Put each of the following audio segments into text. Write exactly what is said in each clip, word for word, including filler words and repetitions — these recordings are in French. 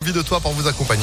envie de toi pour vous accompagner.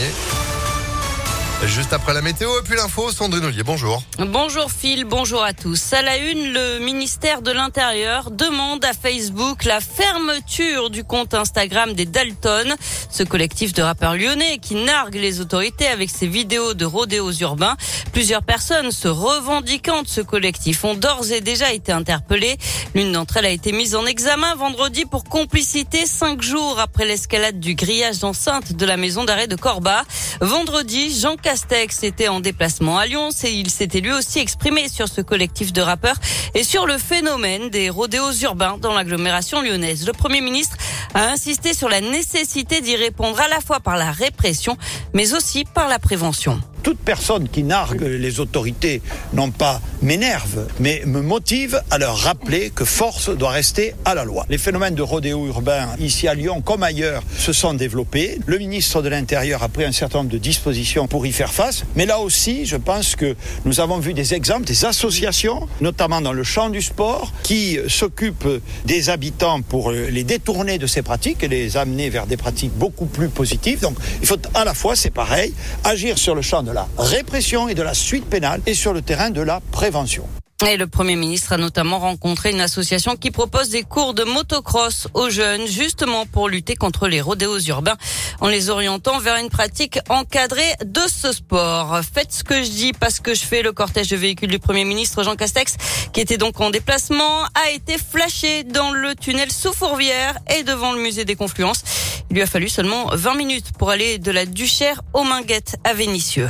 Juste après la météo et puis l'info, Sandrine Ollier, bonjour. Bonjour Phil, bonjour à tous. À la une, le ministère de l'Intérieur demande à Facebook la fermeture du compte Instagram des Dalton. Ce collectif de rappeurs lyonnais qui nargue les autorités avec ses vidéos de rodéos urbains. Plusieurs personnes se revendiquant de ce collectif ont d'ores et déjà été interpellées. L'une d'entre elles a été mise en examen vendredi pour complicité cinq jours après l'escalade du grillage d'enceinte de la maison d'arrêt de Corba. Vendredi, Jean Castex était en déplacement à Lyon et il s'était lui aussi exprimé sur ce collectif de rappeurs et sur le phénomène des rodéos urbains dans l'agglomération lyonnaise. Le Premier ministre a insisté sur la nécessité d'y répondre à la fois par la répression mais aussi par la prévention. Toute personne qui nargue les autorités, non pas m'énerve, mais me motive à leur rappeler que force doit rester à la loi. Les phénomènes de rodéo urbain, ici à Lyon comme ailleurs, se sont développés. Le ministre de l'Intérieur a pris un certain nombre de dispositions pour y faire face. Mais là aussi, je pense que nous avons vu des exemples, des associations, notamment dans le champ du sport, qui s'occupent des habitants pour les détourner de ces pratiques et les amener vers des pratiques beaucoup plus positives. Donc, il faut à la fois, c'est pareil, agir sur le champ de la répression et de la suite pénale et sur le terrain de la prévention. Et le Premier ministre a notamment rencontré une association qui propose des cours de motocross aux jeunes, justement pour lutter contre les rodéos urbains, en les orientant vers une pratique encadrée de ce sport. Faites ce que je dis, pas ce que je fais. Le cortège de véhicules du Premier ministre Jean Castex, qui était donc en déplacement, a été flashé dans le tunnel sous Fourvière et devant le musée des Confluences. Il lui a fallu seulement vingt minutes pour aller de la Duchère aux Minguettes à Vénissieux.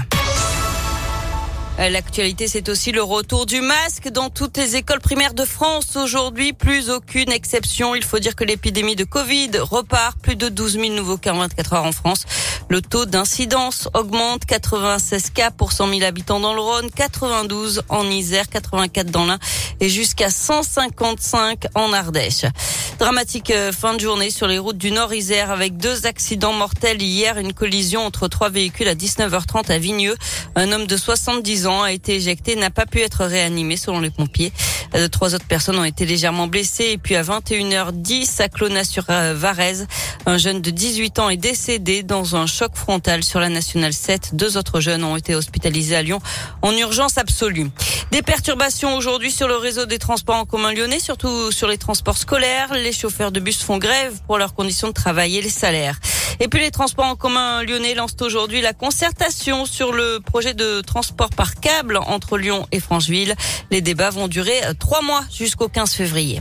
L'actualité, c'est aussi le retour du masque dans toutes les écoles primaires de France. Aujourd'hui, plus aucune exception. Il faut dire que l'épidémie de Covid repart. Plus de douze mille nouveaux cas en vingt-quatre heures en France. Le taux d'incidence augmente. quatre-vingt-seize cas pour cent mille habitants dans le Rhône, quatre-vingt-douze en Isère, quatre-vingt-quatre dans l'Ain et jusqu'à cent cinquante-cinq en Ardèche. Dramatique fin de journée sur les routes du Nord-Isère avec deux accidents mortels hier. Une collision entre trois véhicules à dix-neuf heures trente à Vigneux. Un homme de soixante-dix ans a été éjecté, n'a pas pu être réanimé selon les pompiers. Trois autres personnes ont été légèrement blessées. Et puis à vingt et une heures dix à Clonaz-sur-Varèse, un jeune de dix-huit ans est décédé dans un choc frontal sur la nationale sept. Deux autres jeunes ont été hospitalisés à Lyon en urgence absolue. Des perturbations aujourd'hui sur le réseau des transports en commun lyonnais, surtout sur les transports scolaires. Les chauffeurs de bus font grève pour leurs conditions de travail et les salaires. Et puis les transports en commun lyonnais lancent aujourd'hui la concertation sur le projet de transport par câble entre Lyon et Francheville. Les débats vont durer trois mois jusqu'au quinze février.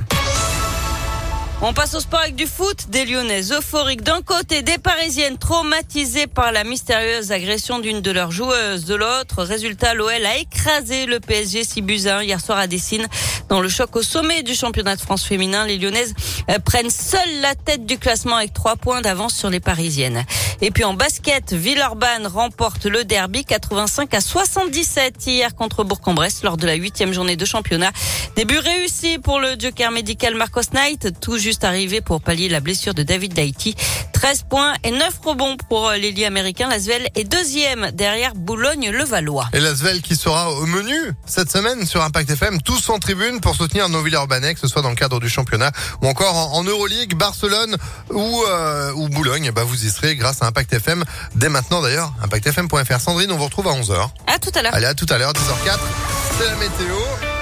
On passe au sport avec du foot. Des Lyonnaises euphoriques d'un côté, des Parisiennes traumatisées par la mystérieuse agression d'une de leurs joueuses de l'autre. Résultat, l'O L a écrasé le P S G six buts à un hier soir à Dessine. Dans le choc au sommet du championnat de France féminin, les Lyonnaises prennent seules la tête du classement avec trois points d'avance sur les Parisiennes. Et puis en basket, Villeurbanne remporte le derby quatre-vingt-cinq à soixante-dix-sept hier contre Bourg-en-Bresse lors de la huitième journée de championnat. Début réussi pour le joker médical Marcos Knight, tout juste arrivé pour pallier la blessure de David Daïti. treize points et neuf rebonds pour l'ailier américain. L'Asvel est deuxième derrière Boulogne-le-Valois. Et l'Asvel qui sera au menu cette semaine sur Impact F M, tous en tribune pour soutenir nos Villeurbanais, que ce soit dans le cadre du championnat ou encore en, en Euroleague, Barcelone ou, euh, ou Boulogne. Bah, vous y serez grâce à Impact F M dès maintenant d'ailleurs. impact f m point f r. Sandrine, on vous retrouve à onze heures. À tout à l'heure. Allez, à tout à l'heure, dix heures zéro quatre. C'est la météo.